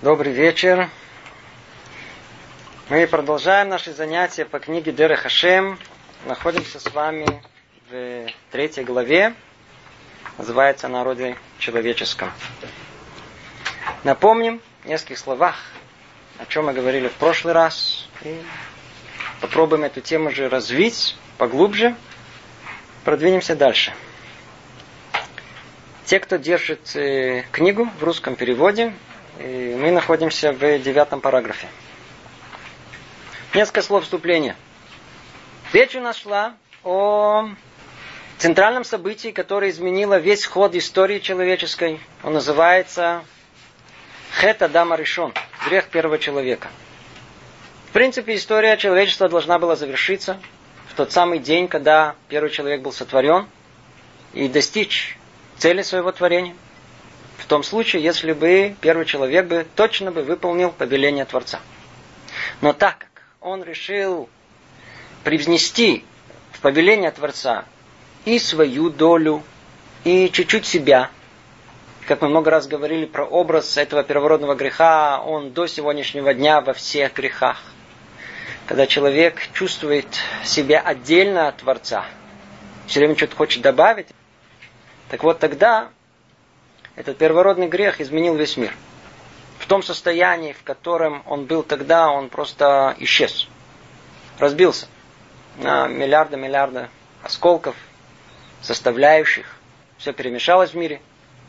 Добрый вечер. Мы продолжаем наши занятия по книге Дерех Ашем. Находимся с вами в 3 главе. Называется «О народе человеческом». Напомним в нескольких словах, о чем мы говорили в прошлый раз. И попробуем эту тему же развить поглубже. Продвинемся дальше. Те, кто держит книгу в русском переводе, мы находимся в 9 параграфе. Несколько слов вступления. Речь у нас шла о центральном событии, которое изменило весь ход истории человеческой. Он называется Хет Адам Аришон, грех первого человека. В принципе, история человечества должна была завершиться в тот самый день, когда первый человек был сотворен, и достичь цели своего творения. В том случае, если бы первый человек бы точно выполнил повеление Творца. Но так как он решил привнести в повеление Творца и свою долю, и чуть-чуть себя, как мы много раз говорили про образ этого первородного греха, он до сегодняшнего дня во всех грехах. Когда человек чувствует себя отдельно от Творца, все время что-то хочет добавить, так вот тогда этот первородный грех изменил весь мир. В том состоянии, в котором он был тогда, он просто исчез. Разбился на миллиарды осколков, составляющих. Все перемешалось в мире.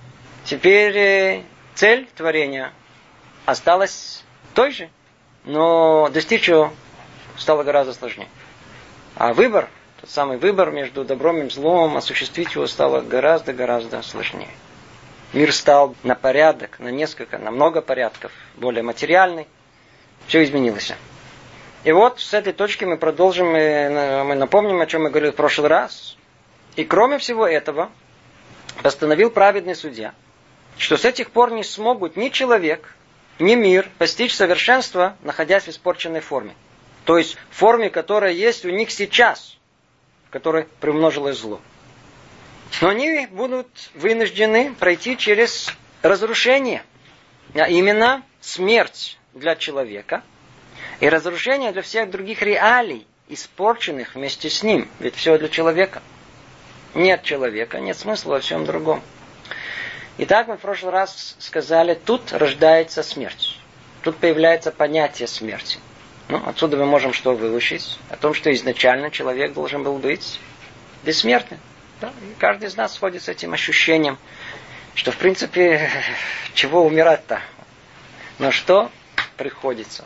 Теперь цель творения осталась той же, но достичь ее стало гораздо сложнее. А выбор, тот самый выбор между добром и злом, осуществить его стало гораздо сложнее. Мир стал на порядок, на много порядков, более материальный. Все изменилось. И вот с этой точки мы продолжим, мы напомним, о чем мы говорили в прошлый раз. И кроме всего этого, постановил праведный судья, что с этих пор не смогут ни человек, ни мир постичь совершенства, находясь в испорченной форме. То есть в форме, которая есть у них сейчас, в которой приумножилось зло. Но они будут вынуждены пройти через разрушение, а именно смерть для человека и разрушение для всех других реалий, испорченных вместе с ним. Ведь все для человека. Нет человека, нет смысла во всем другом. Итак, мы в прошлый раз сказали, тут рождается смерть. Тут появляется понятие смерти. Отсюда мы можем что выучить? О том, что изначально человек должен был быть бессмертным. Да? И каждый из нас сходит с этим ощущением, что в принципе, чего умирать-то? Но что? Приходится.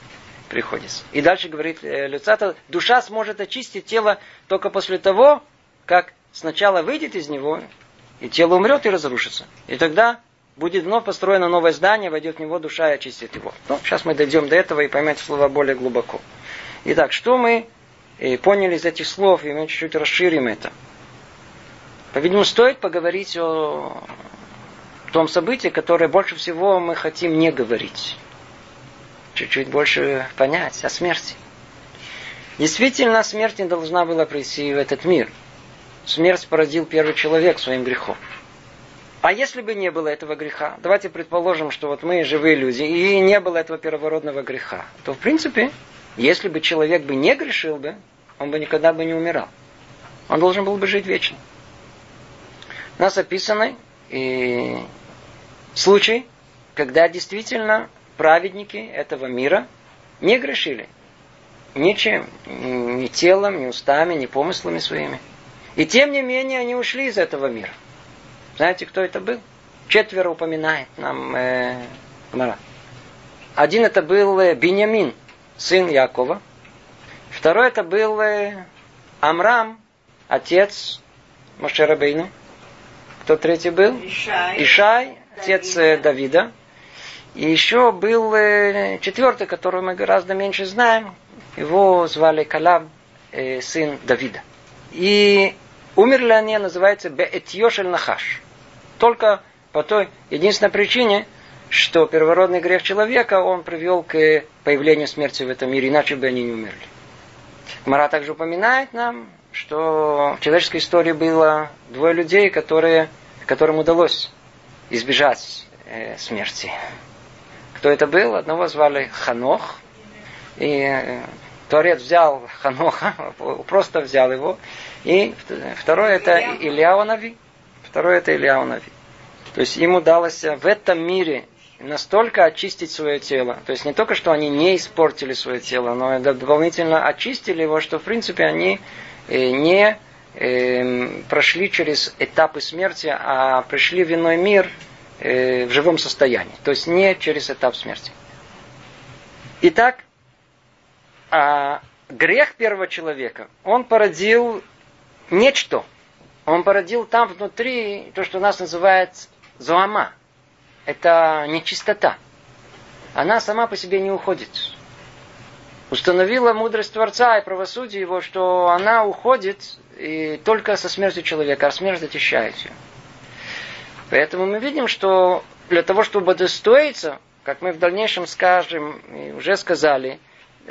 И дальше говорит Люцата, душа сможет очистить тело только после того, как сначала выйдет из него, и тело умрет и разрушится. И тогда будет вновь построено новое здание, войдет в него душа и очистит его. Сейчас мы дойдем до этого и поймем слова более глубоко. Итак, что мы поняли из этих слов, и мы чуть-чуть расширим это. По-видимому, стоит поговорить о том событии, которое больше всего мы хотим не говорить. Чуть-чуть больше понять о смерти. Действительно, смерть не должна была прийти в этот мир. Смерть породил первый человек своим грехом. А если бы не было этого греха, давайте предположим, что вот мы живые люди, и не было этого первородного греха, то в принципе, если бы человек бы не грешил бы, он бы никогда бы не умирал. Он должен был бы жить вечно. У нас описаны случаи, когда действительно праведники этого мира не грешили ничем, ни телом, ни устами, ни помыслами своими. И тем не менее они ушли из этого мира. Знаете, кто это был? 4 упоминает нам Гмара. Один это был Биньямин, сын Якова. Второй это был Амрам, отец Моше Рабейну. Кто третий был? Ишай, отец Давида. И еще был 4, которого мы гораздо меньше знаем. Его звали Калаб, сын Давида. И умерли они, называется Беэтьёш эль-Нахаш. Только по той единственной причине, что первородный грех человека, он привел к появлению смерти в этом мире, иначе бы они не умерли. Гмара также упоминает нам, что в человеческой истории было 2 людей, которым удалось избежать смерти. Кто это был? Одного звали Ханох. И Творец взял Ханоха, просто взял его. И второй это Ильяу Нави. Второй это Ильяу Нави. То есть ему удалось в этом мире настолько очистить свое тело. То есть не только, что они не испортили свое тело, но и дополнительно очистили его, что в принципе они не прошли через этапы смерти, а пришли в иной мир в живом состоянии. То есть не через этап смерти. Итак, грех первого человека, он породил нечто. Он породил там внутри то, что у нас называют зоама. Это нечистота. Она сама по себе не уходит. Установила мудрость Творца и правосудие его, что она уходит и только со смертью человека, а смерть очищает ее. Поэтому мы видим, что для того, чтобы удостоиться, как мы в дальнейшем скажем, и уже сказали,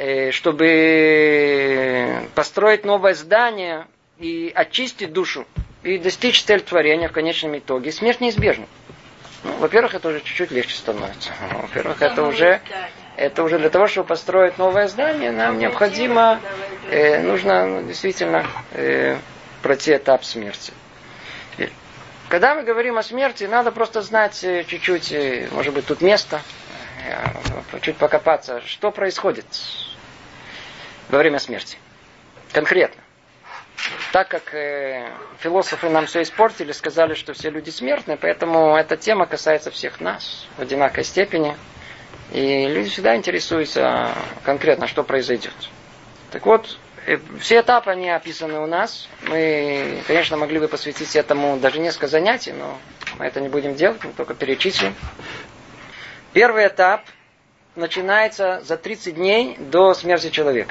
чтобы построить новое здание и очистить душу, и достичь цель творения в конечном итоге, смерть неизбежна. Ну, во-первых, это уже чуть-чуть легче становится. Во-первых, это уже для того, чтобы построить новое здание, нам необходимо, нужно действительно пройти этап смерти. Когда мы говорим о смерти, надо просто знать чуть-чуть, может быть, тут место, чуть покопаться, что происходит во время смерти. Конкретно. Так как философы нам все испортили, сказали, что все люди смертны, поэтому эта тема касается всех нас в одинаковой степени. И люди всегда интересуются конкретно, что произойдет. Так вот, все этапы, они описаны у нас. Мы, конечно, могли бы посвятить этому даже несколько занятий, но мы это не будем делать, мы только перечислим. Первый этап начинается за 30 дней до смерти человека.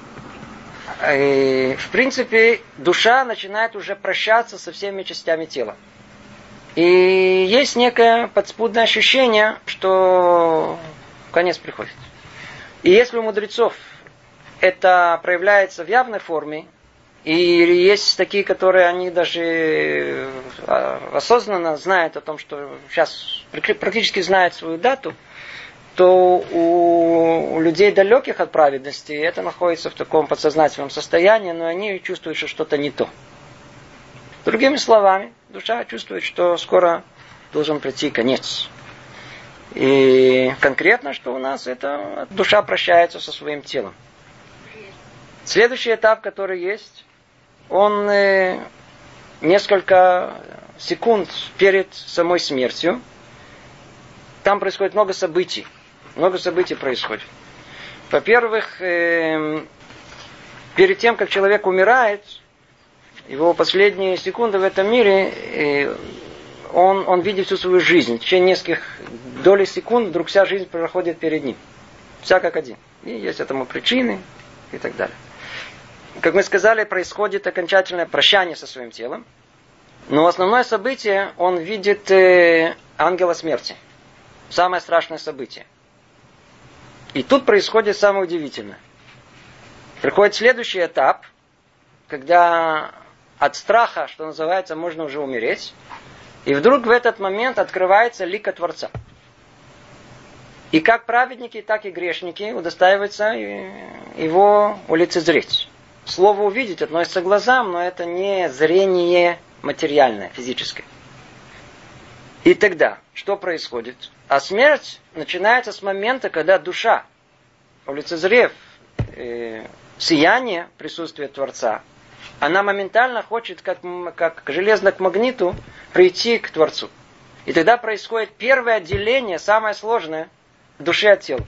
И, в принципе, душа начинает уже прощаться со всеми частями тела. И есть некое подспудное ощущение, что конец приходит. И если у мудрецов это проявляется в явной форме, и есть такие, которые они даже осознанно знают о том, что сейчас практически знают свою дату, то у людей далеких от праведности это находится в таком подсознательном состоянии, но они чувствуют, что что-то не то. Другими словами, душа чувствует, что скоро должен прийти конец. И конкретно, что у нас, это душа прощается со своим телом. Следующий этап, который есть, он несколько секунд перед самой смертью. Там происходит много событий. Много событий происходит. Во-первых, перед тем, как человек умирает, его последние секунды в этом мире, он видит всю свою жизнь. В течение нескольких долей секунд вдруг вся жизнь проходит перед ним. Вся как один. И есть этому причины и так далее. Как мы сказали, происходит окончательное прощание со своим телом. Но основное событие, он видит ангела смерти. Самое страшное событие. И тут происходит самое удивительное. Приходит следующий этап, когда от страха, что называется, можно уже умереть. И вдруг в этот момент открывается лика Творца. И как праведники, так и грешники удостаиваются его улицезреть. Слово «увидеть» относится к глазам, но это не зрение материальное, физическое. И тогда, что происходит? А смерть начинается с момента, когда душа, улицезрев сияние присутствия Творца, она моментально хочет, как железно к магниту, прийти к Творцу. И тогда происходит первое отделение, самое сложное, души от тела.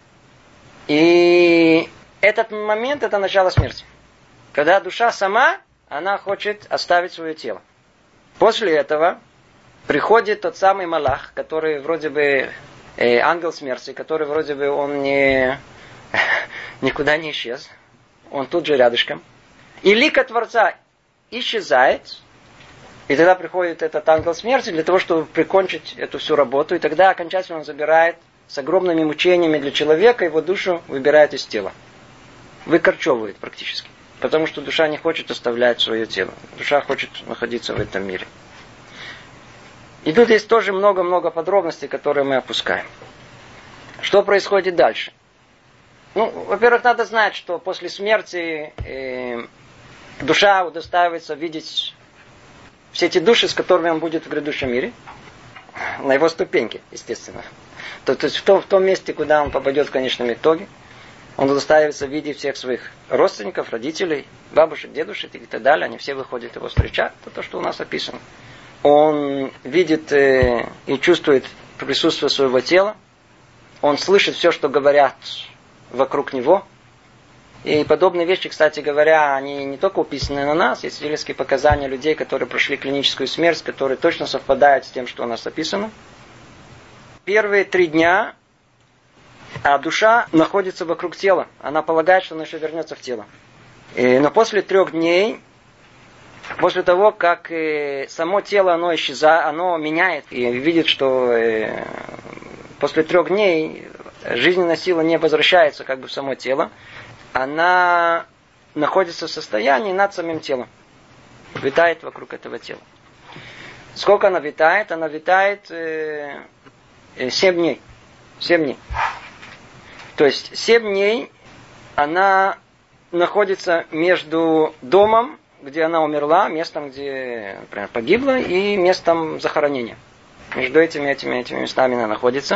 И этот момент, это начало смерти. Когда душа сама, она хочет оставить свое тело. После этого приходит тот самый Малах, который вроде бы ангел смерти, который вроде бы он никуда не исчез. Он тут же рядышком. И лика Творца исчезает. И тогда приходит этот ангел смерти для того, чтобы прикончить эту всю работу. И тогда окончательно он забирает с огромными мучениями для человека, его душу выбирает из тела. Выкорчевывает практически. Потому что душа не хочет оставлять свое тело. Душа хочет находиться в этом мире. И тут есть тоже много-много подробностей, которые мы опускаем. Что происходит дальше? Ну, во-первых, надо знать, что после смерти душа удостаивается видеть все эти души, с которыми он будет в грядущем мире, на его ступеньке, естественно. То есть в том месте, куда он попадет в конечном итоге, он удостаивается видеть всех своих родственников, родителей, бабушек, дедушек и так далее. Они все выходят его встречать. Это то, что у нас описано. Он видит и чувствует присутствие своего тела. Он слышит все, что говорят вокруг него. И подобные вещи, кстати говоря, они не только уписаны на нас. Есть свидетельские показания людей, которые прошли клиническую смерть, которые точно совпадают с тем, что у нас описано. Первые 3 дня, а душа находится вокруг тела. Она полагает, что она еще вернется в тело. Но после 3 дней, после того, как само тело оно исчезает, оно меняет и видит, что после 3 дней жизненная сила не возвращается как бы в само тело, она находится в состоянии над самим телом. Витает вокруг этого тела. Сколько она витает? Она витает 7 дней. 7 дней. То есть 7 дней она находится между домом, где она умерла, местом, где, например, погибла, и местом захоронения. Между этими местами она находится.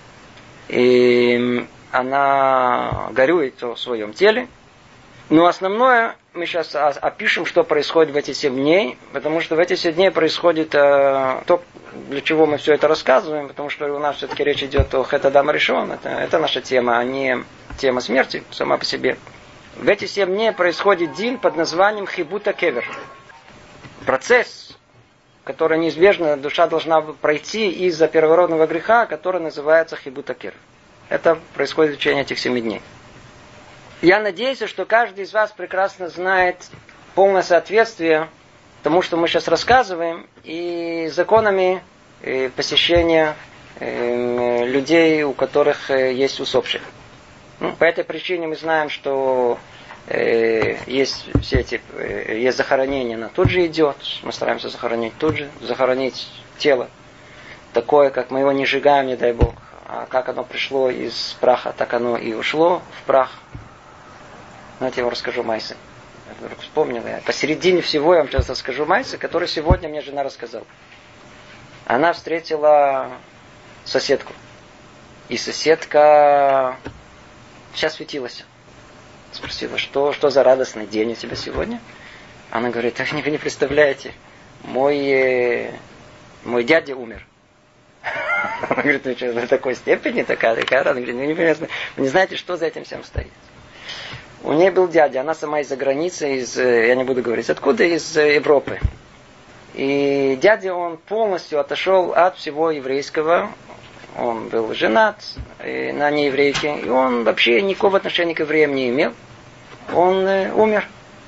И она горюет о своем теле. Но основное мы сейчас опишем, что происходит в эти 7 дней, потому что в эти 7 дней происходит то, для чего мы все это рассказываем, потому что у нас все-таки речь идет о Хет Адам Ришон, это наша тема, а не тема смерти сама по себе. В эти 7 дней происходит дин под названием Хибута Кевер. Процесс, который неизбежно душа должна пройти из-за первородного греха, который называется Хибута Кевер. Это происходит в течение этих 7 дней. Я надеюсь, что каждый из вас прекрасно знает полное соответствие тому, что мы сейчас рассказываем, и законами посещения людей, у которых есть усопших. По этой причине мы знаем, что есть все эти, есть захоронение, оно тут же идет. Мы стараемся захоронить тут же, захоронить тело такое, как мы его не сжигаем, не дай Бог. А как оно пришло из праха, так оно и ушло в прах. Знаете, я вам расскажу майсы. Я вдруг вспомнил. Посередине всего я вам сейчас расскажу майсы, который сегодня мне жена рассказала. Она встретила соседку. И соседка вся светилась. Спросила, что за радостный день у тебя сегодня? Она говорит, вы не представляете, мой дядя умер. Она говорит, ну что, до такой степени такая радость? Она говорит, вы не знаете, что за этим всем стоит. У нее был дядя, она сама из-за границы, я не буду говорить, откуда, из Европы. И дядя, он полностью отошел от всего еврейского. Он был женат на нееврейке, и он вообще никакого отношения к евреям не имел. Он умер.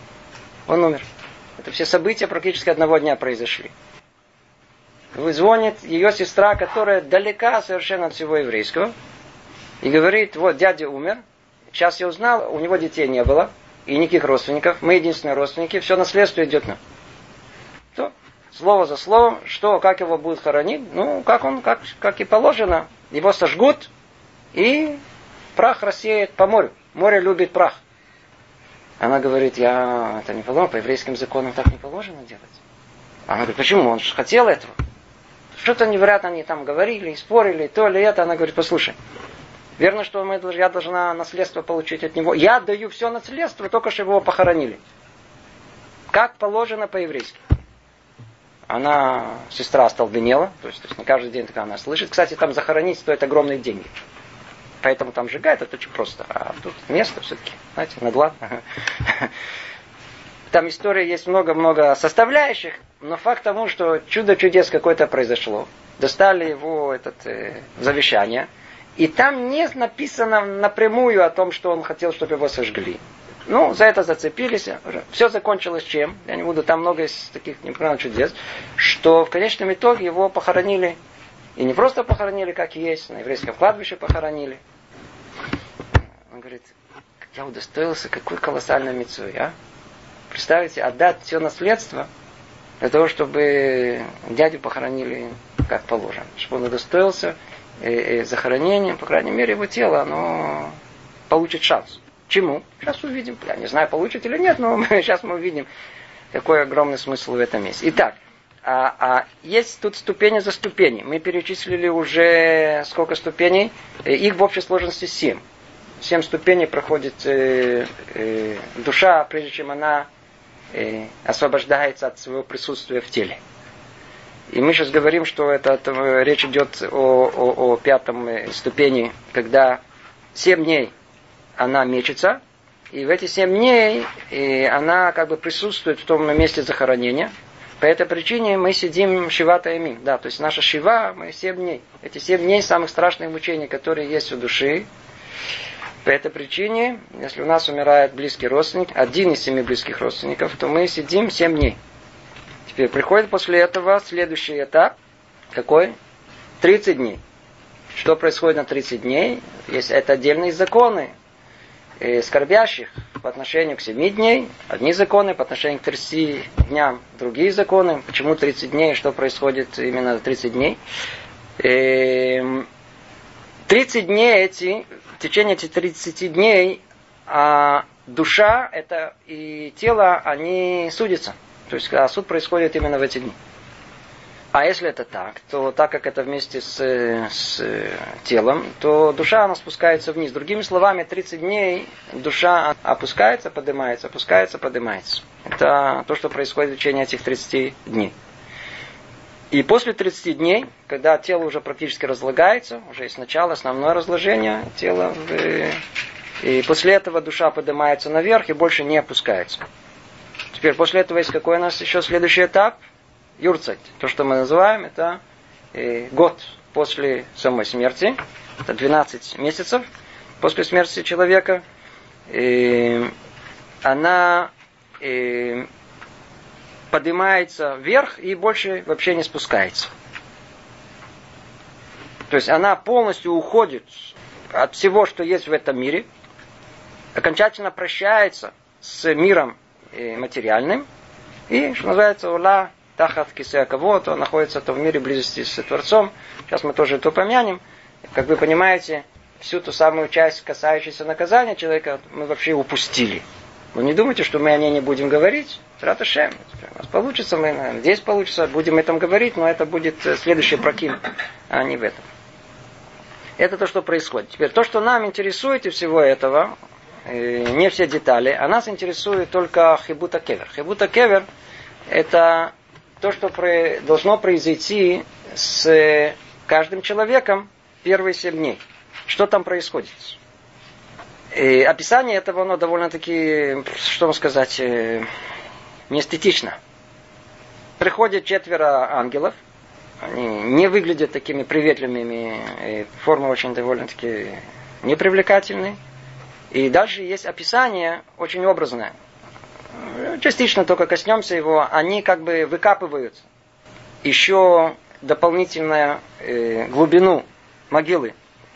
Это все события практически одного дня произошли. Звонит ее сестра, которая далека совершенно от всего еврейского, и говорит, вот дядя умер, сейчас я узнал, у него детей не было, и никаких родственников, мы единственные родственники, все наследство идет нам. То, слово за словом, как его будут хоронить, как и положено, его сожгут, и прах рассеет по морю. Море любит прах. Она говорит, это не положено, по еврейским законам так не положено делать. Она говорит, почему? Он же хотел этого. Что-то невероятно они там говорили, спорили, то или это. Она говорит, послушай, верно, что я должна наследство получить от него. Я даю все наследство, только что его похоронили. Как положено по-еврейски. Сестра остолбенела, то есть не каждый день такая она слышит. Кстати, там захоронить стоит огромные деньги. Поэтому там сжигают, это очень просто. А тут место все-таки, знаете, наглад. Там истории есть много-много составляющих, но факт тому, что чудо чудес какое-то произошло. Достали его завещание, и там не написано напрямую о том, что он хотел, чтобы его сожгли. За это зацепились. Все закончилось чем? Я не буду, там много из таких неправильных чудес, что в конечном итоге его похоронили. И не просто похоронили, как есть, на еврейском кладбище похоронили. Он говорит, я удостоился, какой колоссальной мицвой, а? Представьте, отдать все наследство для того, чтобы дядю похоронили как положено. Чтобы он удостоился захоронения, по крайней мере, его тело, оно получит шанс. Чему? Сейчас увидим. Я не знаю, получит или нет, но сейчас мы увидим, какой огромный смысл в этом есть. Итак, есть тут ступени за ступени. Мы перечислили уже сколько ступеней. Их в общей сложности 7. 7 ступеней проходит душа, прежде чем она освобождается от своего присутствия в теле. И мы сейчас говорим, что речь идет о 5 ступени, когда 7 дней она мечется, и в эти 7 дней она как бы присутствует в том месте захоронения. По этой причине мы сидим шивата ямим. Да, то есть наша шива, мы 7 дней. Эти 7 дней самых страшных мучений, которые есть у души. По этой причине, если у нас умирает близкий родственник, один из 7 близких родственников, то мы сидим 7 дней. Теперь приходит после этого следующий этап. Какой? 30 дней. Что происходит на 30 дней? Это отдельные законы скорбящих по отношению к 7 дней. Одни законы, по отношению к 30 дням другие законы. Почему 30 дней? Что происходит именно 30 дней? 30 дней в течение этих 30 дней душа и тело, они судятся. То есть суд происходит именно в эти дни. А если это так, то так как это вместе с телом, то душа, она спускается вниз. Другими словами, 30 дней душа опускается, поднимается, опускается, поднимается. Это то, что происходит в течение этих 30 дней. И после 30 дней, когда тело уже практически разлагается, уже есть начало, основное разложение тела, и после этого душа поднимается наверх и больше не опускается. Теперь после этого есть какой у нас еще следующий этап? Юрцайт. То, что мы называем, это год после самой смерти. Это 12 месяцев после смерти человека. Она поднимается вверх и больше вообще не спускается. То есть она полностью уходит от всего, что есть в этом мире, окончательно прощается с миром материальным, и, что называется, ула тахат кисея кого-то, находится то в мире близости с Творцом. Сейчас мы тоже это упомянем. Как вы понимаете, всю ту самую часть, касающуюся наказания человека, мы вообще упустили. Вы не думайте, что мы о ней не будем говорить. Рата Шем. У нас получится, мы надеюсь, получится, будем о этом говорить, но это будет следующий проким, а не в этом. Это то, что происходит. Теперь, то, что нам интересует из всего этого, не все детали, а нас интересует только хибута кевер. Хибута кевер – это то, что должно произойти с каждым человеком первые 7 дней. Что там происходит? И описание этого, оно довольно-таки, что вам сказать, неэстетично. Приходят 4 ангелов. Они не выглядят такими приветливыми. Форма очень довольно-таки непривлекательная. И дальше есть описание очень образное. Частично только коснемся его. Они как бы выкапывают еще дополнительную глубину могилы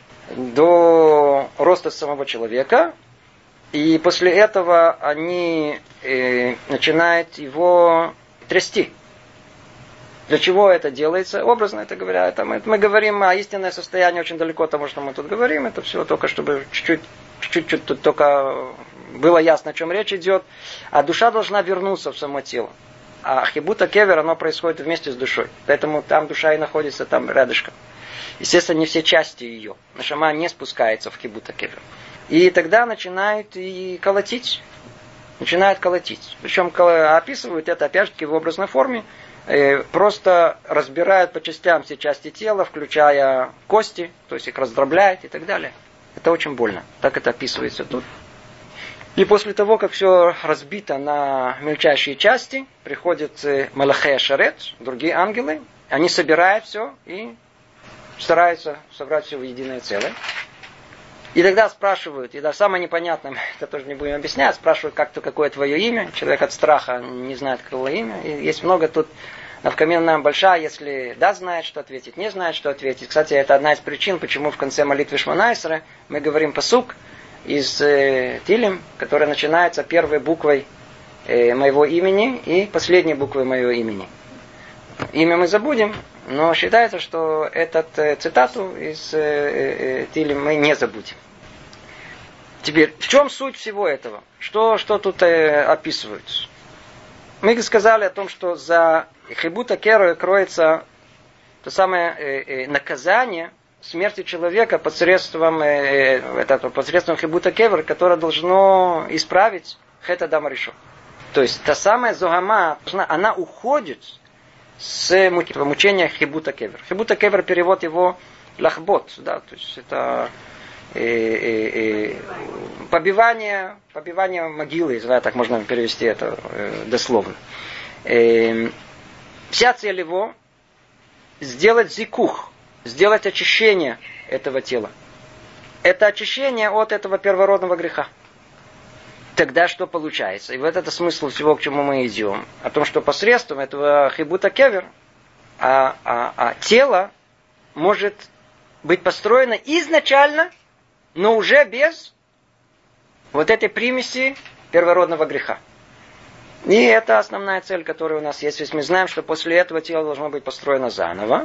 до роста самого человека. И после этого они начинают его трясти. Для чего это делается? Образно это говоря, это мы говорим о истинное состояние очень далеко от того, что мы тут говорим. Это все только чтобы чуть-чуть тут только было ясно, о чем речь идет. А душа должна вернуться в само тело. А хибута кевер, оно происходит вместе с душой. Поэтому там душа и находится, там рядышком. Естественно, не все части ее. Нашама не спускается в хибута кевер. И тогда начинают и колотить. Начинают колотить. Причем описывают это, опять же таки, в образной форме. Просто разбирают по частям все части тела, включая кости, то есть их раздробляют и так далее. Это очень больно. Так это описывается тут. И после того, как все разбито на мельчайшие части, приходят Малахей Шарет, другие ангелы. Они собирают все и стараются собрать все в единое целое. И тогда спрашивают, и даже самое непонятное, это тоже не будем объяснять, спрашивают, какое твое имя. Человек от страха не знает, какое имя. И есть много тут, навкамин нам большая, если да знает, что ответить, не знает, что ответить. Кстати, это одна из причин, почему в конце молитвы Шмона Эсрей мы говорим пасук из Тилим, который начинается первой буквой моего имени и последней буквой моего имени. имя мы забудем, но считается, что эту цитату из Тилим мы не забудем. Теперь, в чем суть всего этого? Что тут описывается? Мы сказали о том, что за хибута кевер кроется то самое наказание смерти человека посредством хибута кевер, которое должно исправить хет адам ришон. То есть та самая зогама, она уходит с мучения хибута кевер. Хибута кевер, перевод его лахбот, да, то есть это побивание могилы, если так можно перевести это дословно. Вся цель его сделать зикух, сделать очищение этого тела. Это очищение от этого первородного греха. Тогда что получается? И вот это смысл всего, к чему мы идем. О том, что посредством этого хибута кевер тело может быть построено изначально, но уже без вот этой примеси первородного греха. И это основная цель, которая у нас есть. Ведь мы знаем, что после этого тело должно быть построено заново.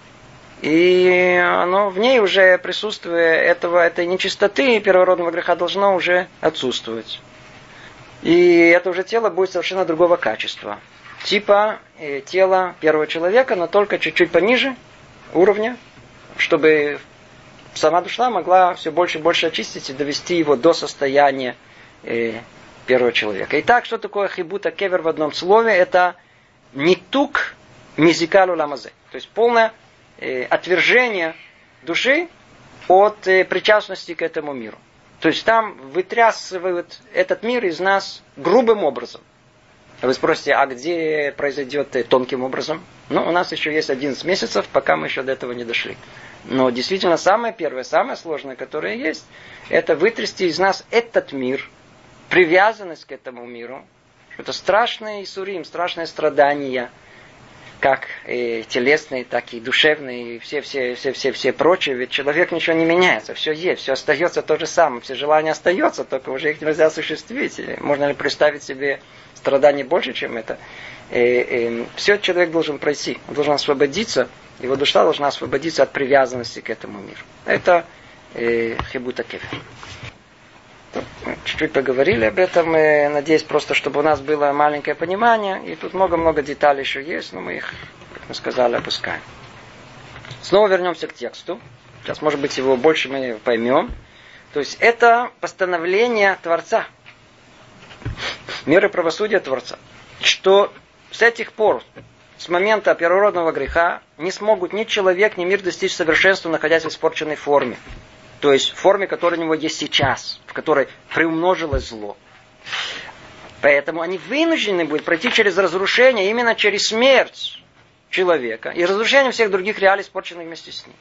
И оно в ней уже присутствие этой нечистоты первородного греха должно уже отсутствовать. И это уже тело будет совершенно другого качества. Типа тела первого человека, но только чуть-чуть пониже уровня, чтобы сама душа могла все больше и больше очистить и довести его до состояния первого человека. Итак, что такое хибута кевер в одном слове? Это нитук мизикалу ламазе. То есть полное отвержение души от причастности к этому миру. То есть там вытрясывают этот мир из нас грубым образом. Вы спросите, а где произойдет тонким образом? Ну, у нас еще есть 11 месяцев, пока мы еще до этого не дошли. Но действительно самое первое, самое сложное, которое есть, это вытрясти из нас этот мир, привязанность к этому миру. Это страшные исурим, страшные страдания, как телесные, так и душевные, и все прочие. Ведь человек ничего не меняется, все есть, все остается то же самое, все желания остаются, только уже их нельзя осуществить. Можно ли представить себе страданий больше, чем это? Все человек должен пройти, он должен освободиться, его душа должна освободиться от привязанности к этому миру. Это хибута кевер. Чуть-чуть поговорили об этом, надеюсь просто, чтобы у нас было маленькое понимание, и тут много-много деталей еще есть, но мы их, как мы сказали, опускаем. Снова вернемся к тексту. Сейчас, может быть, его больше мы поймем. То есть это постановление Творца, меры правосудия Творца, что с этих пор, с момента первородного греха, не смогут ни человек, ни мир достичь совершенства, находясь в испорченной форме. То есть в форме, которая у него есть сейчас, в которой приумножилось зло. Поэтому они вынуждены будут пройти через разрушение, именно через смерть человека и разрушение всех других реалий, испорченных вместе с ним.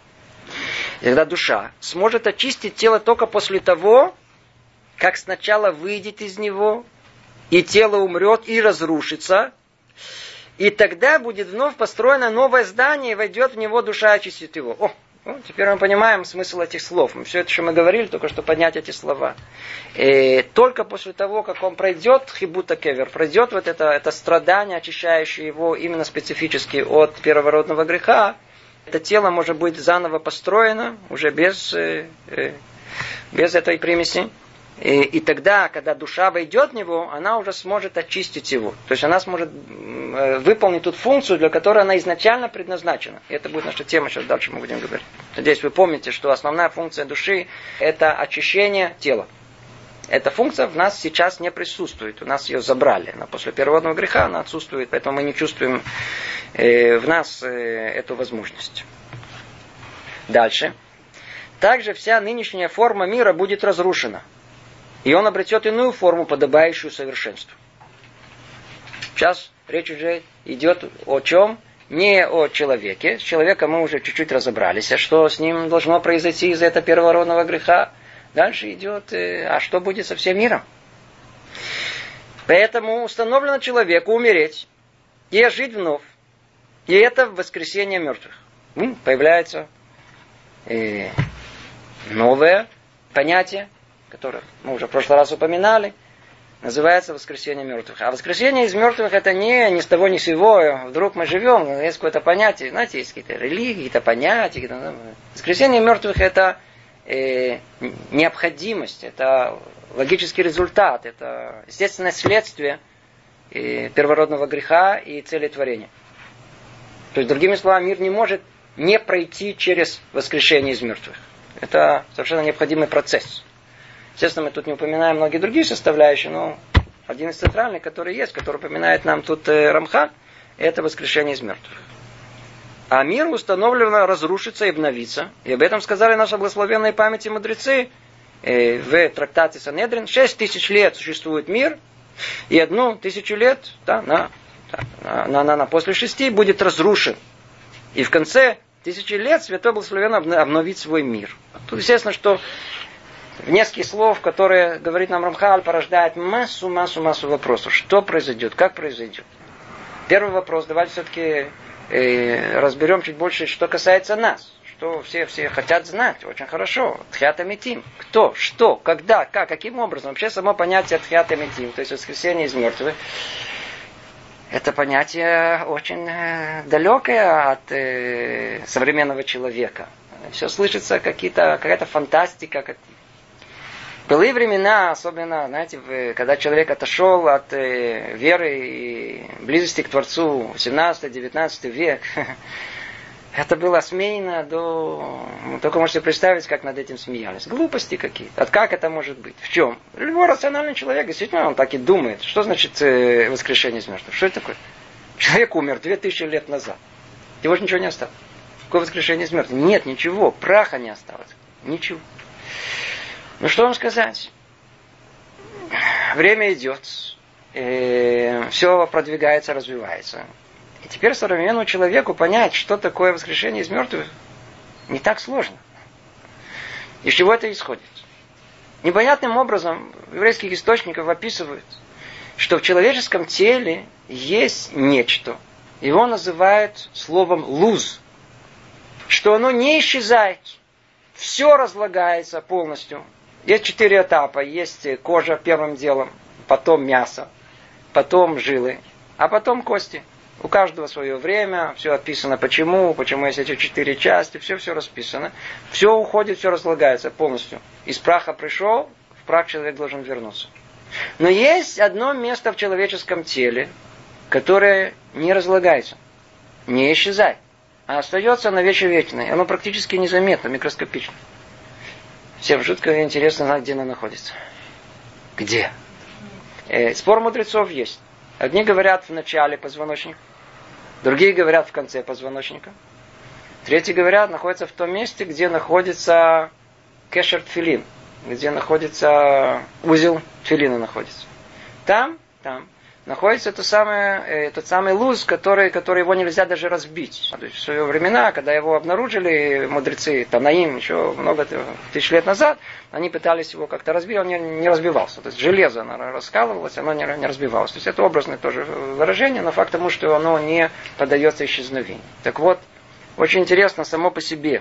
И тогда душа сможет очистить тело только после того, как сначала выйдет из него, и тело умрет и разрушится, и тогда будет вновь построено новое здание, и войдет в него душа, очистит его. Теперь мы понимаем смысл этих слов. Все это, что мы говорили, только что поднять эти слова. И только после того, как он пройдет хибута кевер, пройдет вот это страдание, очищающее его именно специфически от первородного греха, это тело может быть заново построено, уже без этой примеси. И тогда, когда душа войдет в него, она уже сможет очистить его. То есть она сможет выполнить ту функцию, для которой она изначально предназначена. И это будет наша тема, сейчас дальше мы будем говорить. Надеюсь, вы помните, что основная функция души – это очищение тела. Эта функция в нас сейчас не присутствует. У нас ее забрали. Но после первородного греха она отсутствует, поэтому мы не чувствуем в нас эту возможность. Дальше. Также вся нынешняя форма мира будет разрушена. И он обретет иную форму, подобающую совершенству. Сейчас речь уже идет о чем? Не о человеке. С человеком мы уже чуть-чуть разобрались. А что с ним должно произойти из-за этого первородного греха? Дальше идет, а что будет со всем миром? Поэтому установлено человеку умереть и жить вновь. И это воскресение мертвых. Появляется новое понятие, которое мы уже в прошлый раз упоминали, называется воскресение мертвых. А воскресение из мертвых это не ни с того ни с сего. Вдруг мы живем, есть какое-то понятие. Знаете, есть какие-то религии, какие-то понятия. Воскресение мертвых это необходимость, это логический результат, это естественное следствие первородного греха и цели творения. То есть, другими словами, мир не может не пройти через воскрешение из мертвых. Это совершенно необходимый процесс. Естественно, мы тут не упоминаем многие другие составляющие, но один из центральных, который есть, который упоминает нам тут Рамхан, это воскрешение из мертвых. А мир установлено разрушится и обновится. И об этом сказали наши благословенные памяти мудрецы в трактате Санедрин. 6000 лет существует мир, и 1000 лет после 6 будет разрушен. И в конце 1000 лет Святой Благословен обновит свой мир. Тут естественно, что в нескольких слов, которые говорит нам Рамхаль, порождает массу вопросов. Что произойдет, как произойдет. Первый вопрос, давайте все-таки разберем чуть больше, что касается нас. Что все хотят знать, очень хорошо. Тхиат амитим. Кто, что, когда, как, каким образом. Вообще само понятие тхиат амитим, то есть воскресение из мертвых, это понятие очень далекое от современного человека. Все слышится какая-то фантастика. В былые времена, особенно, знаете, когда человек отошел от веры и близости к Творцу, 18-19 век, это было осмеяно только можете представить, как над этим смеялись. Глупости какие-то. Как это может быть? В чем? Любой рациональный человек, действительно, он так и думает. Что значит воскрешение из мертвых? Что это такое? Человек умер 2000 лет назад. Его же ничего не осталось. Какое воскрешение из мертвых? Нет, ничего. Праха не осталось. Ничего. Ну что вам сказать? Время идет. Все продвигается, развивается. И теперь современному человеку понять, что такое воскрешение из мертвых, не так сложно. Из чего это исходит? Непонятным образом в еврейских источниках описывают, что в человеческом теле есть нечто. Его называют словом луз. Что оно не исчезает. Все разлагается полностью. Есть 4 этапа. Есть кожа первым делом, потом мясо, потом жилы, а потом кости. У каждого свое время, все описано почему есть эти 4 части, все расписано. Все уходит, все разлагается полностью. Из праха пришел, в прах человек должен вернуться. Но есть одно место в человеческом теле, которое не разлагается, не исчезает, а остается на веки вечные. Оно практически незаметно, микроскопично. Всем жутко интересно знать, где оно находится. Где? Спор мудрецов есть. Одни говорят в начале позвоночника, другие говорят в конце позвоночника, третьи говорят, находится в том месте, где находится кешер тфилин, где находится узел тфилина находится. Там находится тот самый луз, который его нельзя даже разбить. То есть в свое времена, когда его обнаружили мудрецы Танаим, еще много тысяч лет назад, они пытались его как-то разбить, он не разбивался. То есть железо оно раскалывалось, оно не разбивалось. То есть это образное тоже выражение, но факт тому, что оно не поддается исчезновению. Так вот, очень интересно само по себе.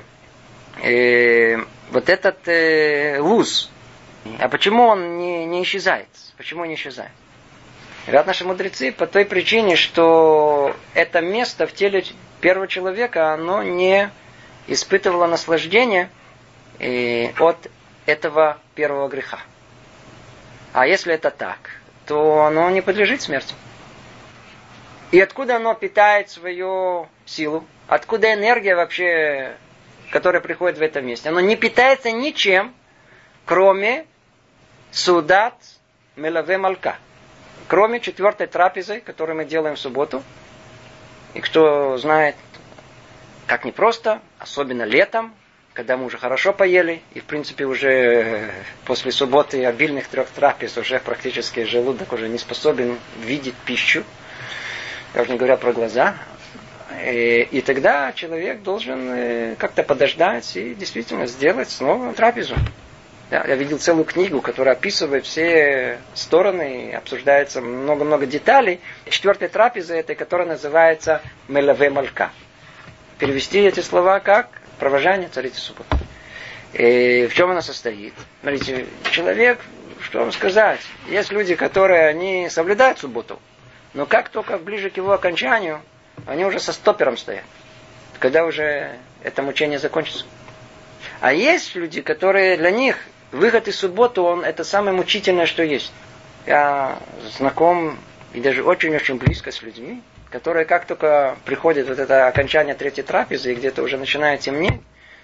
Вот этот луз, а почему он не исчезает? Почему не исчезает? Говорят наши мудрецы по той причине, что это место в теле первого человека, оно не испытывало наслаждения от этого первого греха. А если это так, то оно не подлежит смерти. И откуда оно питает свою силу? Откуда энергия вообще, которая приходит в это место? Оно не питается ничем, кроме судат мелаве малка. Кроме 4-й трапезы, которую мы делаем в субботу. И кто знает, как непросто, особенно летом, когда мы уже хорошо поели, и в принципе уже после субботы обильных 3 трапез уже практически желудок уже не способен видеть пищу. Я уже не говорю про глаза. И тогда человек должен как-то подождать и действительно сделать снова трапезу. Я видел целую книгу, которая описывает все стороны, обсуждается много-много деталей. 4-й трапеза этой, которая называется Мелаве Малька. Перевести эти слова как провожание царицы субботы. В чем она состоит? Смотрите, человек, что вам сказать? Есть люди, которые, они соблюдают субботу, но как только ближе к его окончанию, они уже со стоппером стоят. Когда уже это мучение закончится. А есть люди, которые для них выход из субботы, это самое мучительное, что есть. Я знаком и даже очень-очень близко с людьми, которые как только приходит вот это окончание третьей трапезы, и где-то уже начинает темнеть,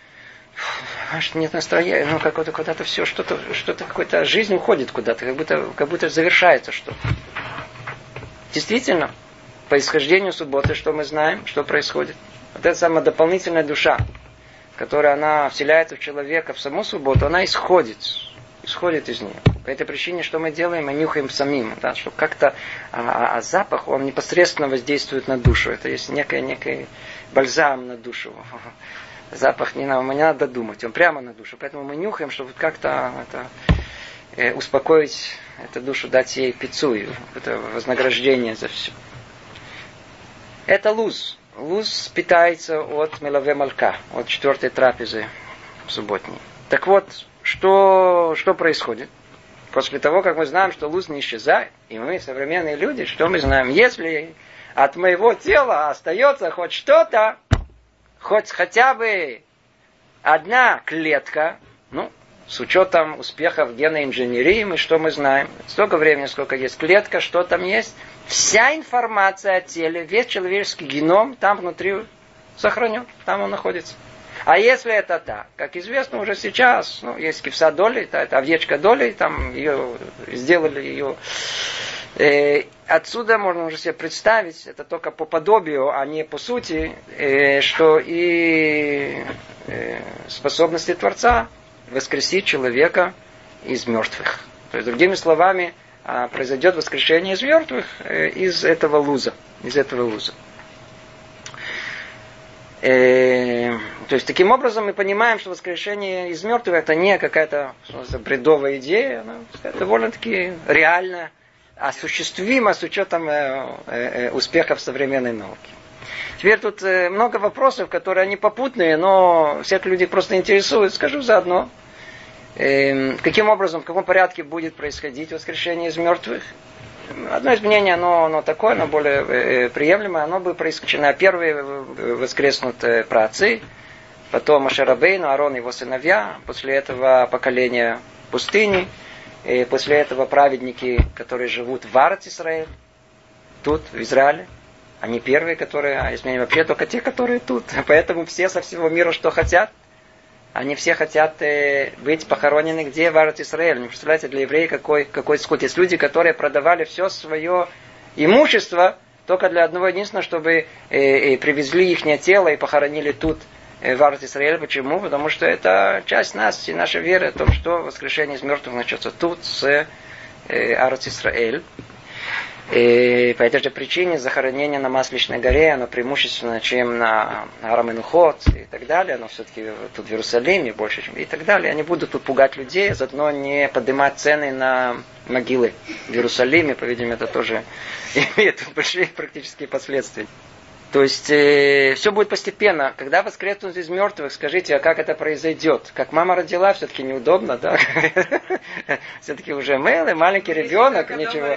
аж нет настроения, какое-то куда-то все, что-то какая-то жизнь уходит куда-то, как будто завершается что-то. Действительно, по исхождению субботы, что мы знаем, что происходит. Вот эта самая дополнительная душа, которая она вселяется в человека в саму субботу, она исходит из нее. По этой причине, что мы делаем, мы нюхаем самим, да, что как-то запах, он непосредственно воздействует на душу. Это есть некий бальзам на душу. Запах не надо думать, он прямо на душу. Поэтому мы нюхаем, чтобы как-то успокоить эту душу, дать ей пиццую, это вознаграждение за все. Это луз. Луз питается от мелаве малька, от 4-й трапезы субботней. Так вот, что происходит? После того, как мы знаем, что луз не исчезает, и мы, современные люди, что мы знаем? Если от моего тела остается хоть что-то, хоть хотя бы одна клетка, с учетом успехов генной инженерии, что мы знаем? Столько времени, сколько есть клетка, что там есть. Вся информация о теле, весь человеческий геном там внутри сохранен, там он находится. А если это так, как известно уже сейчас, есть кивса доли, это овечка доли, там ее сделали ее. Отсюда можно уже себе представить, это только по подобию, а не по сути, что и способности Творца воскресить человека из мертвых. То есть, другими словами, произойдет воскрешение из мертвых из этого луза. То есть, таким образом мы понимаем, что воскрешение из мертвых это не какая-то бредовая идея, это довольно-таки реально осуществимо с учетом успехов современной науки. Теперь тут много вопросов, которые они попутные, но всех людей просто интересуют. Скажу заодно, каким образом, в каком порядке будет происходить воскрешение из мертвых. Одно из мнений, оно такое, оно более приемлемое, оно бы происходило. Первые воскреснут праотцы, потом Моше Рабейну, Аарон и его сыновья, после этого поколение пустыни, и после этого праведники, которые живут в Арец-Исраэль, тут, в Израиле. Они первые, которые, если не вообще только те, которые тут. Поэтому все со всего мира что хотят? Они все хотят быть похоронены где? В Арец-Исраэль. Не представляете, для евреев какой исход. Есть люди, которые продавали все свое имущество только для одного единственного, чтобы привезли их тело и похоронили тут, в Арец-Исраэль. Почему? Потому что это часть нас и нашей веры о том, что воскрешение из мертвых начнется тут, с Арец-Исраэль. И по этой же причине захоронение на Масличной горе, оно преимущественно, чем на Ар-Менухот и так далее. Оно все-таки тут в Иерусалиме больше, чем и так далее. Они будут тут пугать людей, заодно не поднимать цены на могилы в Иерусалиме. По-видимому, это тоже имеет большие практические последствия. То есть, все будет постепенно. Когда воскреснут из мертвых, скажите, а как это произойдет? Как мама родила, все-таки неудобно, да? Все-таки уже маленький ребенок, ничего.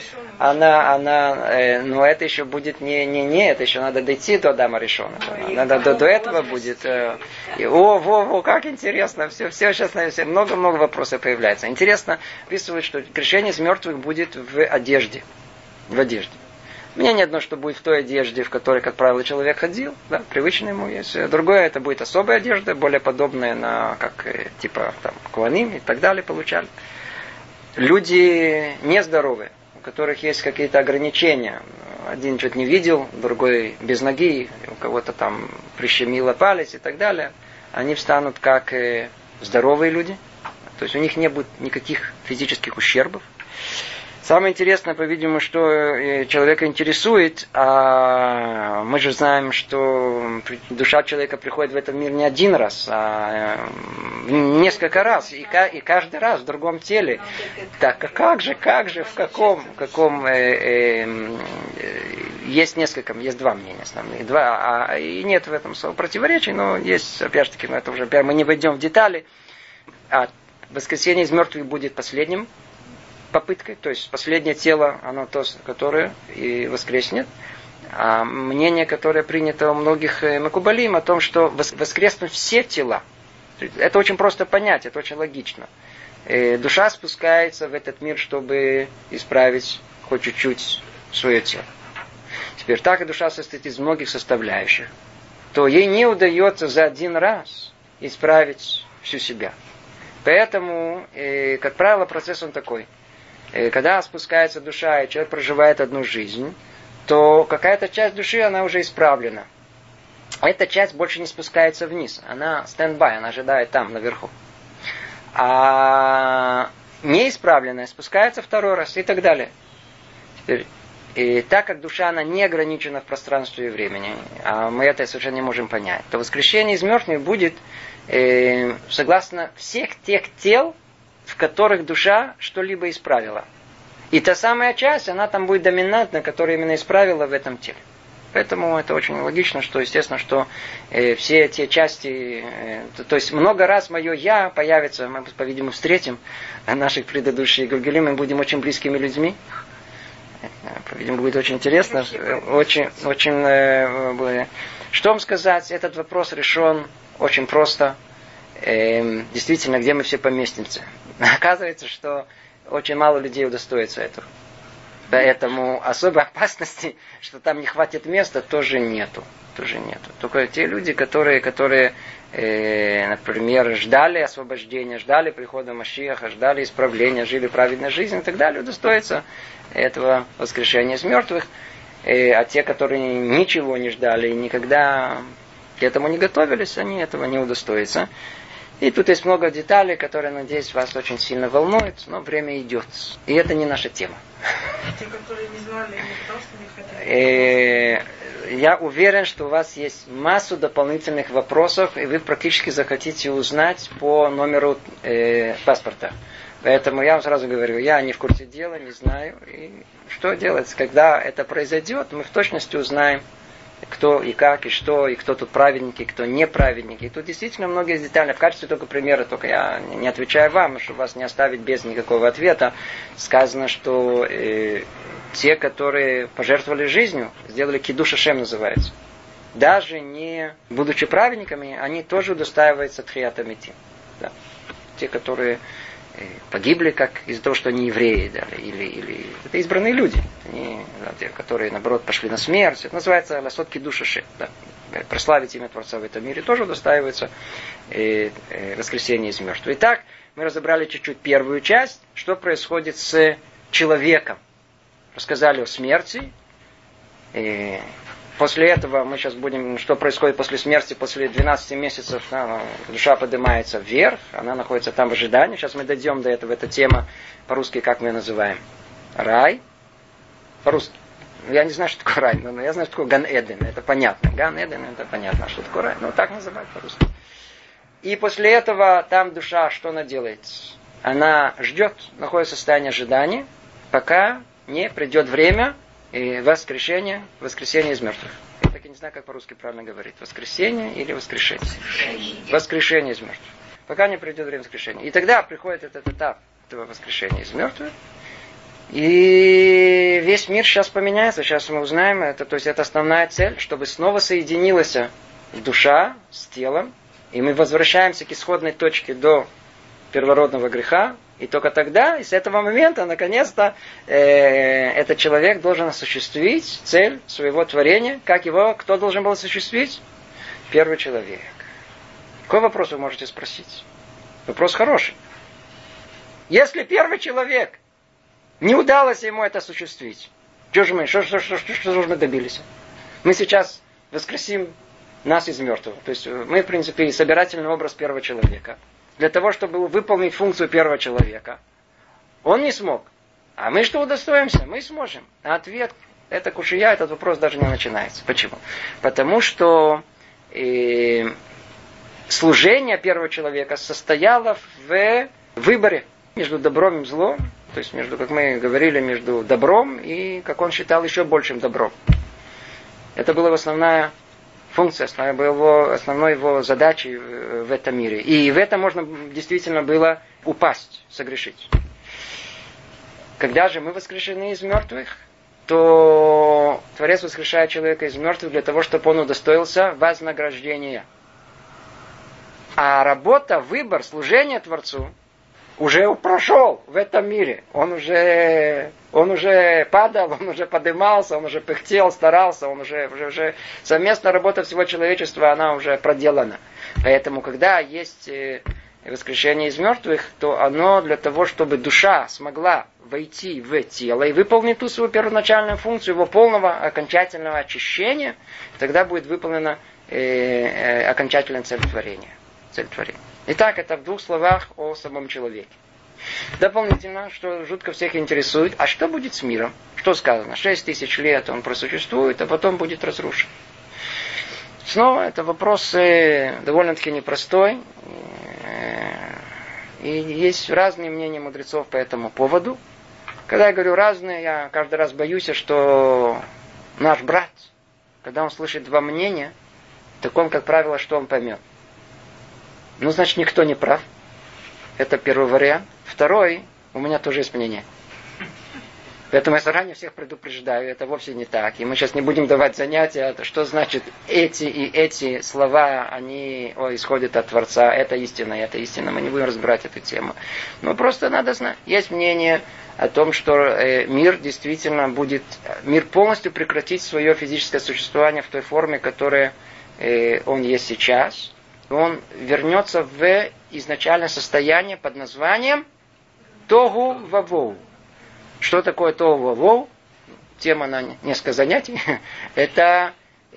Но это еще будет не, это еще надо дойти до Адама Ришона. Надо до этого будет. Как интересно. Все сейчас много вопросов появляется. Интересно, описывают, что крещение из мертвых будет в одежде. В одежде. Мнение одно, что будет в той одежде, в которой, как правило, человек ходил, да, привычная ему есть. Другое, это будет особая одежда, более подобная на, типа, куаним и так далее получали. Люди нездоровые, у которых есть какие-то ограничения. Один что-то не видел, другой без ноги, у кого-то там прищемило палец и так далее. Они встанут как здоровые люди. То есть у них не будет никаких физических ущербов. Самое интересное, по-видимому, что человека интересует, а мы же знаем, что душа человека приходит в этот мир не один раз, а несколько раз, и каждый раз в другом теле. Так, как же, в каком есть несколько, есть два мнения основные, и нет в этом противоречий, но есть, опять же таки, это уже мы не войдем в детали. Воскресение из мертвых будет последним попыткой, то есть последнее тело, оно то, которое и воскреснет. А мнение, которое принято у многих макубалим, о том, что воскреснут все тела. Это очень просто понять, это очень логично. Душа спускается в этот мир, чтобы исправить хоть чуть-чуть свое тело. Теперь, так как душа состоит из многих составляющих, то ей не удается за один раз исправить всю себя. Поэтому, как правило, процесс он такой. Когда спускается душа, и человек проживает одну жизнь, то какая-то часть души, она уже исправлена. Эта часть больше не спускается вниз. Она стендбай, она ожидает там, наверху. А неисправленная спускается второй раз и так далее. Теперь, и так как душа, она не ограничена в пространстве и времени, а мы это совершенно не можем понять, то воскрешение из мертвых будет согласно всех тех тел, в которых душа что-либо исправила. И та самая часть, она там будет доминантна, которая именно исправила в этом теле. Поэтому это очень логично, что, естественно, что все те части, то есть много раз мое «я» появится, мы, по-видимому, встретим наших предыдущих Гильгулим, мы будем очень близкими людьми. По-видимому, будет очень интересно. Очень. Что вам сказать? Этот вопрос решен очень просто. Действительно, где мы все поместимся? Оказывается, что очень мало людей удостоится этого. Поэтому особой опасности, что там не хватит места, тоже нету. Только те люди, которые, например, ждали освобождения, ждали прихода Машиаха, ждали исправления, жили праведной жизнью и так далее, удостоятся этого воскрешения из мертвых. А те, которые ничего не ждали и никогда к этому не готовились, они этого не удостоятся. И тут есть много деталей, которые, надеюсь, вас очень сильно волнуют, но время идет. И это не наша тема. Те, которые не знали, не потому что не хотели. Я уверен, что у вас есть массу дополнительных вопросов, и вы практически захотите узнать по номеру паспорта. Поэтому я вам сразу говорю, я не в курсе дела, не знаю. И что делать, когда это произойдет, мы в точности узнаем, кто и как, и что, и кто тут праведники, кто неправедники. И тут действительно многие детали. В качестве только примера, только я не отвечаю вам, чтобы вас не оставить без никакого ответа. Сказано, что те, которые пожертвовали жизнью, сделали кидуш Ашем, называется. Даже не будучи праведниками, они тоже удостаиваются тхият амитим. Да. Те, которые погибли как из-за того, что они евреи, да, или это избранные люди, они, да, те, которые наоборот пошли на смерть. Это называется ласот кидуш Ашем, да. Прославить имя Творца в этом мире тоже удостаивается воскресение из мертвых. Итак, мы разобрали чуть-чуть первую часть, что происходит с человеком. Рассказали о смерти. После этого мы сейчас будем, что происходит после смерти, после 12 месяцев, душа поднимается вверх, она находится там в ожидании. Сейчас мы дойдем до этого, эта тема по-русски, как мы ее называем? Рай. По-русски. Я не знаю, что такое рай, но я знаю, что такое Ган-Эден, это понятно. Ган-Эден, это понятно, что такое рай, но так называют по-русски. И после этого там душа, что она делает? Она ждет, находится в состоянии ожидания, пока не придет время воскрешение из мертвых. Я так и не знаю, как по-русски правильно говорить. Воскресение или воскрешение? Воскрешение из мертвых. Пока не придет время воскрешения. И тогда приходит этот этап этого воскрешения из мертвых. И весь мир сейчас поменяется. Сейчас мы узнаем это. То есть это основная цель, чтобы снова соединилась душа с телом. И мы возвращаемся к исходной точке до первородного греха. И только тогда, и с этого момента, наконец-то, этот человек должен осуществить цель своего творения. Как его, кто должен был осуществить? Первый человек. Какой вопрос вы можете спросить? Вопрос хороший. Если первый человек не удалось ему это осуществить, что же мы добились? Мы сейчас воскресим нас из мертвых. То есть мы, в принципе, собирательный образ первого человека. Для того, чтобы выполнить функцию первого человека. Он не смог. А мы что удостоимся? Мы сможем. А ответ, это кушия, этот вопрос даже не начинается. Почему? Потому что служение первого человека состояло в выборе между добром и злом. То есть, между, как мы говорили, между добром и, как он считал, еще большим добром. Это была основная функция, основной его задачей в этом мире. И в этом можно действительно было упасть, согрешить. Когда же мы воскрешены из мертвых, то Творец воскрешает человека из мертвых для того, чтобы он удостоился вознаграждения. А работа, выбор, служение Творцу уже прошел в этом мире. Он уже падал, он уже поднимался, он уже пыхтел, старался, он уже совместная работа всего человечества, она уже проделана. Поэтому, когда есть воскрешение из мертвых, то оно для того, чтобы душа смогла войти в тело и выполнить ту свою первоначальную функцию его полного окончательного очищения, тогда будет выполнена окончательная цель творения. Итак, это в 2 словах о самом человеке. Дополнительно, что жутко всех интересует, а что будет с миром? Что сказано? 6000 лет он просуществует, а потом будет разрушен. Снова это вопрос довольно-таки непростой. И есть разные мнения мудрецов по этому поводу. Когда я говорю разные, я каждый раз боюсь, что наш брат, когда он слышит 2 мнения, так он, как правило, что он поймет? Ну, значит, никто не прав. Это первый вариант. Второй, у меня тоже есть мнение. Поэтому я заранее всех предупреждаю, это вовсе не так. И мы сейчас не будем давать занятия, что значит эти и эти слова, они исходят от Творца, это истина. Мы не будем разбирать эту тему. Но просто надо знать. Есть мнение о том, что мир действительно будет, мир полностью прекратит свое физическое существование в той форме, которая он есть сейчас. Он вернется в изначальное состояние под названием Тогу Вавоу. Что такое Тогу Вавоу? Тема на несколько занятий. Это,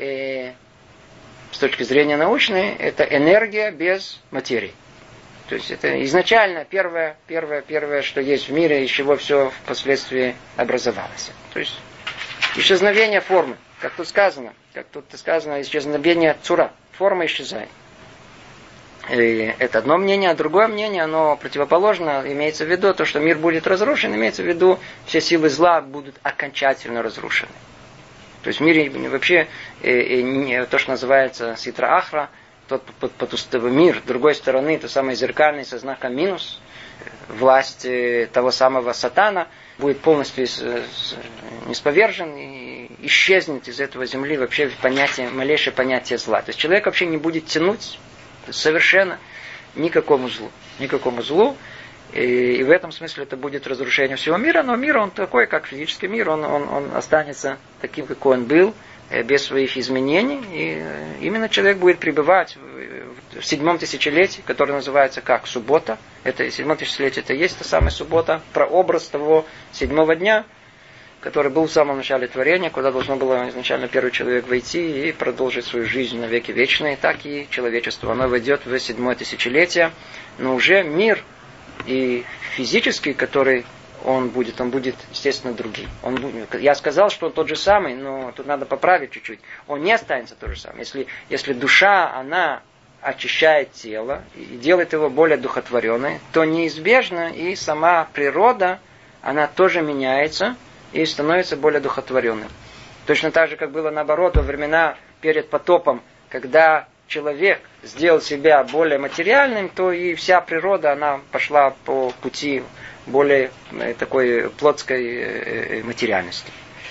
с точки зрения научной, это энергия без материи. То есть это изначально первое, что есть в мире, из чего все впоследствии образовалось. То есть исчезновение формы. Как тут сказано, исчезновение цура. Форма исчезает. И это одно мнение, а другое мнение, оно противоположно. Имеется в виду то, что мир будет разрушен, имеется в виду, все силы зла будут окончательно разрушены. То есть в мире вообще то, что называется ситра ахра, тот мир, с другой стороны, то самое зеркальный со знаком минус, власть того самого сатана будет полностью нисповержен и исчезнет из этого земли вообще малейшее понятие зла. То есть человек вообще не будет тянуть совершенно никакому злу. И в этом смысле это будет разрушение всего мира, но мир, он такой, как физический мир, он останется таким, какой он был, без своих изменений. И именно человек будет пребывать в 7-м тысячелетии, которое называется как суббота. Это 7-е тысячелетие, это есть та самая суббота, прообраз того 7-го дня, который был в самом начале творения, куда должно было изначально первый человек войти и продолжить свою жизнь на веки вечные, так и человечество. Оно войдет в 7-е тысячелетие, но уже мир и физический, который он будет, естественно, другим. Я сказал, что он тот же самый, но тут надо поправить чуть-чуть. Он не останется тот же самый. Если душа, она очищает тело и делает его более духотворенной, то неизбежно и сама природа, она тоже меняется и становится более духотворенным. Точно так же, как было наоборот во времена перед потопом, когда человек сделал себя более материальным, то и вся природа, она пошла по пути более такой плотской материальности.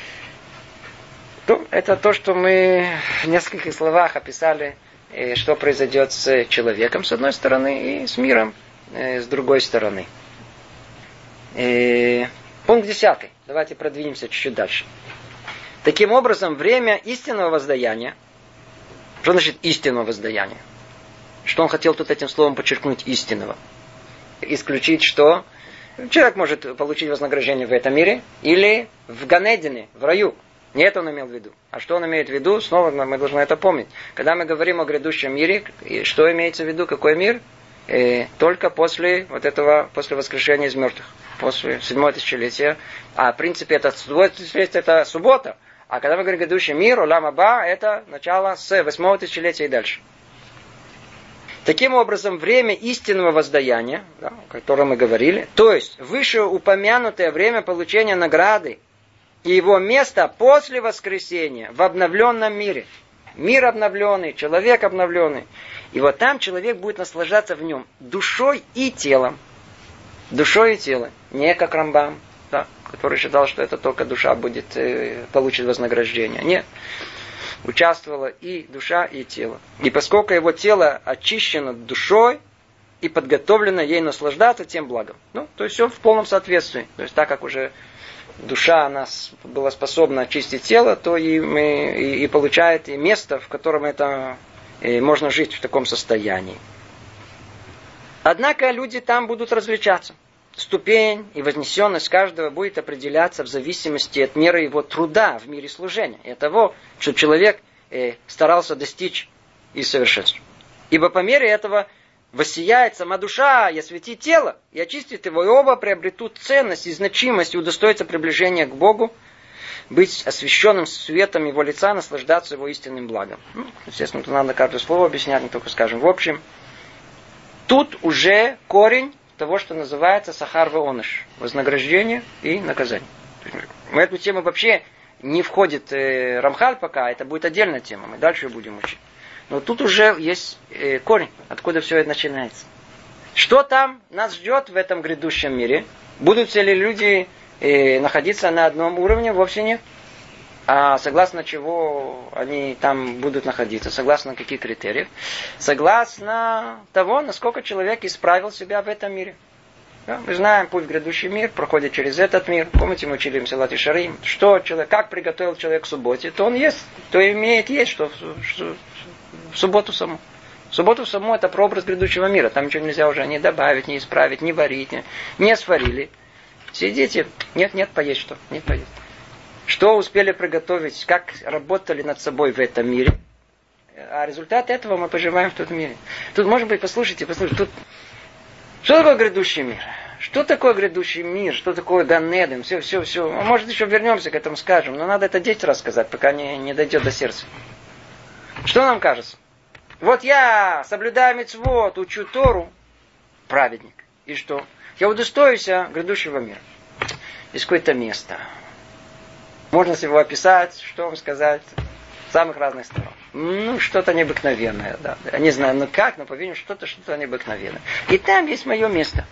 Это то, что мы в нескольких словах описали, что произойдет с человеком с одной стороны и с миром с другой стороны. Пункт 10. Давайте продвинемся чуть-чуть дальше. Таким образом, время истинного воздаяния. Что значит истинного воздаяния? Что он хотел тут этим словом подчеркнуть истинного? Исключить, что человек может получить вознаграждение в этом мире или в Ганедине, в раю. Не это он имел в виду. А что он имеет в виду? Снова мы должны это помнить. Когда мы говорим о грядущем мире, что имеется в виду? Какой мир? Только после воскрешения из мертвых. После 7-го тысячелетия. А в принципе это 7-е тысячелетие, это суббота. А когда мы говорим грядущий мир, Олам Аба, это начало с 8-го тысячелетия и дальше. Таким образом, время истинного воздаяния, о котором мы говорили, то есть вышеупомянутое время получения награды и его место после воскресения в обновленном мире. Мир обновленный, человек обновленный. И вот там человек будет наслаждаться в нем душой и телом. Душой и телом. Не как Рамбам. да, который считал, что это только душа будет, получит вознаграждение. Нет. Участвовала и душа, и тело. И поскольку его тело очищено душой и подготовлено ей наслаждаться тем благом. Ну, то есть все в полном соответствии. То есть так как уже душа она была способна очистить тело, то и получает и место, в котором это можно жить в таком состоянии. Однако люди там будут различаться. Ступень и вознесенность каждого будет определяться в зависимости от меры его труда в мире служения и от того, что человек старался достичь и совершенства. Ибо по мере этого воссияет сама душа и осветит тело, и очистит его, и оба приобретут ценность и значимость, и удостоятся приближения к Богу, быть освященным светом его лица, наслаждаться его истинным благом. Ну, естественно, тут надо каждое слово объяснять, не только скажем в общем. Тут уже корень того, что называется сахар ве-оныш, вознаграждение и наказание. В эту тему вообще не входит Рамхаль пока, это будет отдельная тема, мы дальше будем учить. Но тут уже есть корень, откуда все это начинается. Что там нас ждет в этом грядущем мире? Будут ли люди находиться на одном уровне? Вовсе нет. А согласно чего они там будут находиться? Согласно каких критериев? Согласно того, насколько человек исправил себя в этом мире. Да? Мы знаем, путь в грядущий мир проходит через этот мир. Помните, мы учили Мсилат Йешарим. Что человек, как приготовил человек к субботе, то он ест, то имеет есть, что в субботу саму. В субботу саму это прообраз грядущего мира. Там ничего нельзя уже не добавить, не исправить, не варить, не сварили. Сидите, нет, поесть что? Нет, поесть. Что успели приготовить, как работали над собой в этом мире. А результат этого мы поживаем в том мире. Тут, может быть, послушайте, тут... Что такое грядущий мир? Что такое грядущий мир? Что такое Ганеден? Все. Может, еще вернемся к этому, скажем. Но надо это 10 раз сказать, пока не дойдет до сердца. Что нам кажется? Вот я соблюдаю мицвот, учу Тору, праведник. И что? Я удостоюсь грядущего мира. Есть какое-то место. Можно его описать, что вам сказать, с самых разных сторон. Ну, что-то необыкновенное, да. Я не знаю, ну как, но по-видимому, что-то необыкновенное. И там есть мое место.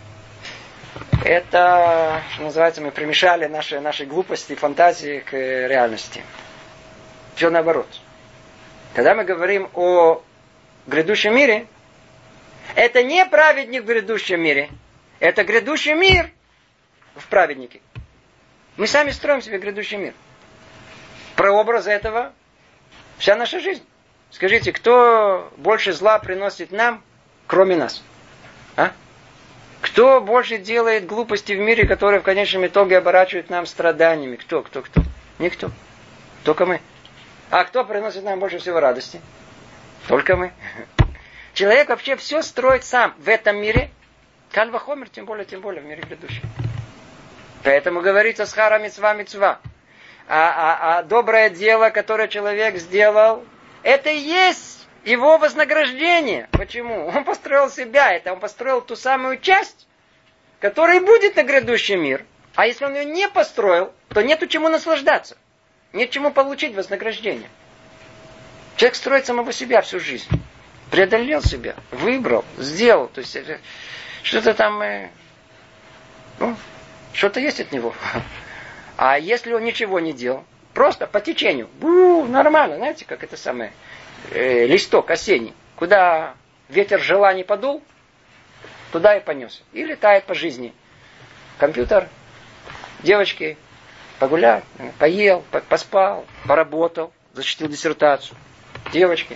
Это, что называется, мы примешали наши глупости, фантазии к реальности. Все наоборот. Когда мы говорим о грядущем мире, это не праведник в грядущем мире. Это грядущий мир в праведнике. Мы сами строим себе грядущий мир. Прообраз этого вся наша жизнь. Скажите, кто больше зла приносит нам, кроме нас? А? Кто больше делает глупости в мире, которые в конечном итоге оборачивают нам страданиями? Кто? Никто. Только мы. А кто приносит нам больше всего радости? Только мы. Человек вообще все строит сам в этом мире. Каль вахомер, тем более в мире грядущем. Поэтому говорится схара мицва. А доброе дело, которое человек сделал, это и есть его вознаграждение. Почему? Он построил себя, он построил ту самую часть, которая будет на грядущий мир. А если он ее не построил, то нету чему наслаждаться. Нет чему получить вознаграждение. Человек строит самого себя всю жизнь. Преодолел себя, выбрал, сделал. То есть что-то там... что-то есть от него. А если он ничего не делал, просто по течению, нормально, знаете, как это самое, листок осенний, куда ветер желаний подул, туда и понес. И летает по жизни. Компьютер, девочки, погулял, поел, поспал, поработал, защитил диссертацию. Девочки.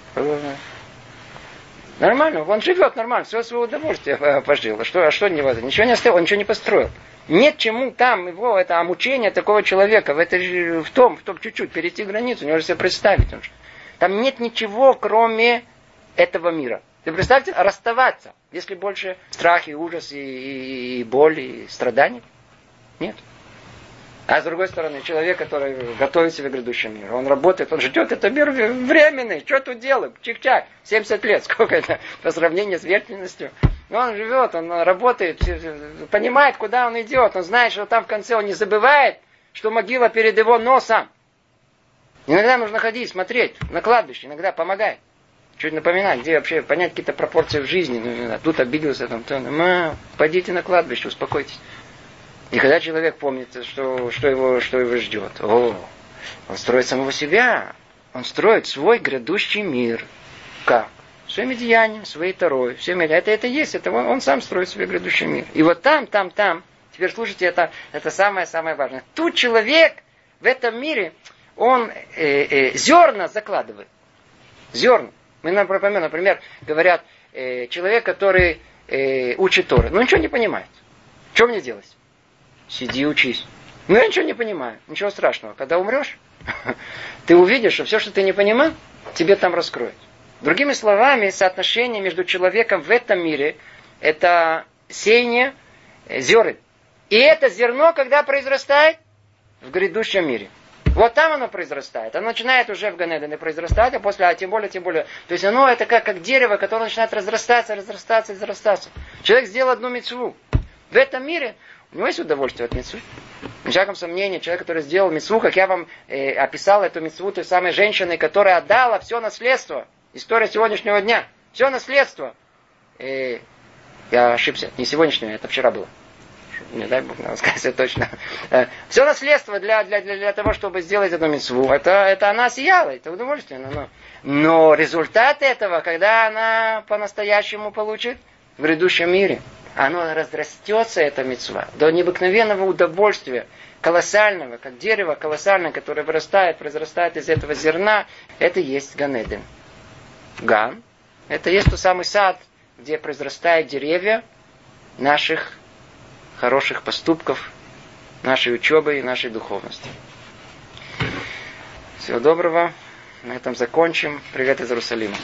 Нормально, он живет нормально, все свое удовольствие пожил. А что ничего не оставил, он ничего не построил. Нет чему там его, это мучение такого человека, в том чуть-чуть перейти границу, не можете себе представить. Там нет ничего, кроме этого мира. Вы представьте, расставаться, если больше страх и ужас, и боль, и страдания? Нет. А с другой стороны, человек, который готовит себе к грядущему миру, он работает, он ждет, это мир временный, что тут делаем? Чик-чак, 70 лет, сколько это по сравнению с вечностью. Он живет, он работает, понимает, куда он идет, он знает, что там в конце он не забывает, что могила перед его носом. Иногда нужно ходить, смотреть на кладбище, иногда помогает. Чуть напоминать, где вообще понять какие-то пропорции в жизни. Тут обиделся, пойдите на кладбище, успокойтесь. И когда человек помнит, что его ждет, он строит самого себя, он строит свой грядущий мир. Как? Своими деяниями, своей Торой. Это есть, это он сам строит свой грядущий мир. И вот там, теперь слушайте, это самое важное. Тут человек в этом мире, он зерна закладывает. Зерна. Мы, например, говорят, человек, который учит Тору, но ничего не понимает. Что мне делать? Сиди, учись. Ну, я ничего не понимаю. Ничего страшного. Когда умрешь, ты увидишь, что все, что ты не понимал, тебе там раскроют. Другими словами, соотношение между человеком в этом мире, это сеяние зерен. И это зерно, когда произрастает? В грядущем мире. Вот там оно произрастает. Оно начинает уже в Ганедене произрастать, а тем более. То есть оно это как дерево, которое начинает разрастаться. Человек сделал одну мицву. В этом мире у него есть удовольствие от мицвы. Без всяком сомнении, человек, который сделал мицву, как я вам описал эту мицву той самой женщины, которая отдала все наследство. История сегодняшнего дня. Все наследство. Я ошибся. Не сегодняшнего, это вчера было. Не дай Бог, надо сказать точно. Все наследство для того, чтобы сделать эту мицву. Это она сияла, это удовольствие. Но результат этого, когда она по-настоящему получит в грядущем мире, оно разрастется, эта мицва, до необыкновенного удовольствия, колоссального, как дерево колоссальное, которое произрастает из этого зерна. Это есть Ганеден. Ган. Это есть тот самый сад, где произрастают деревья наших хороших поступков, нашей учебы и нашей духовности. Всего доброго. На этом закончим. Привет из Иерусалима.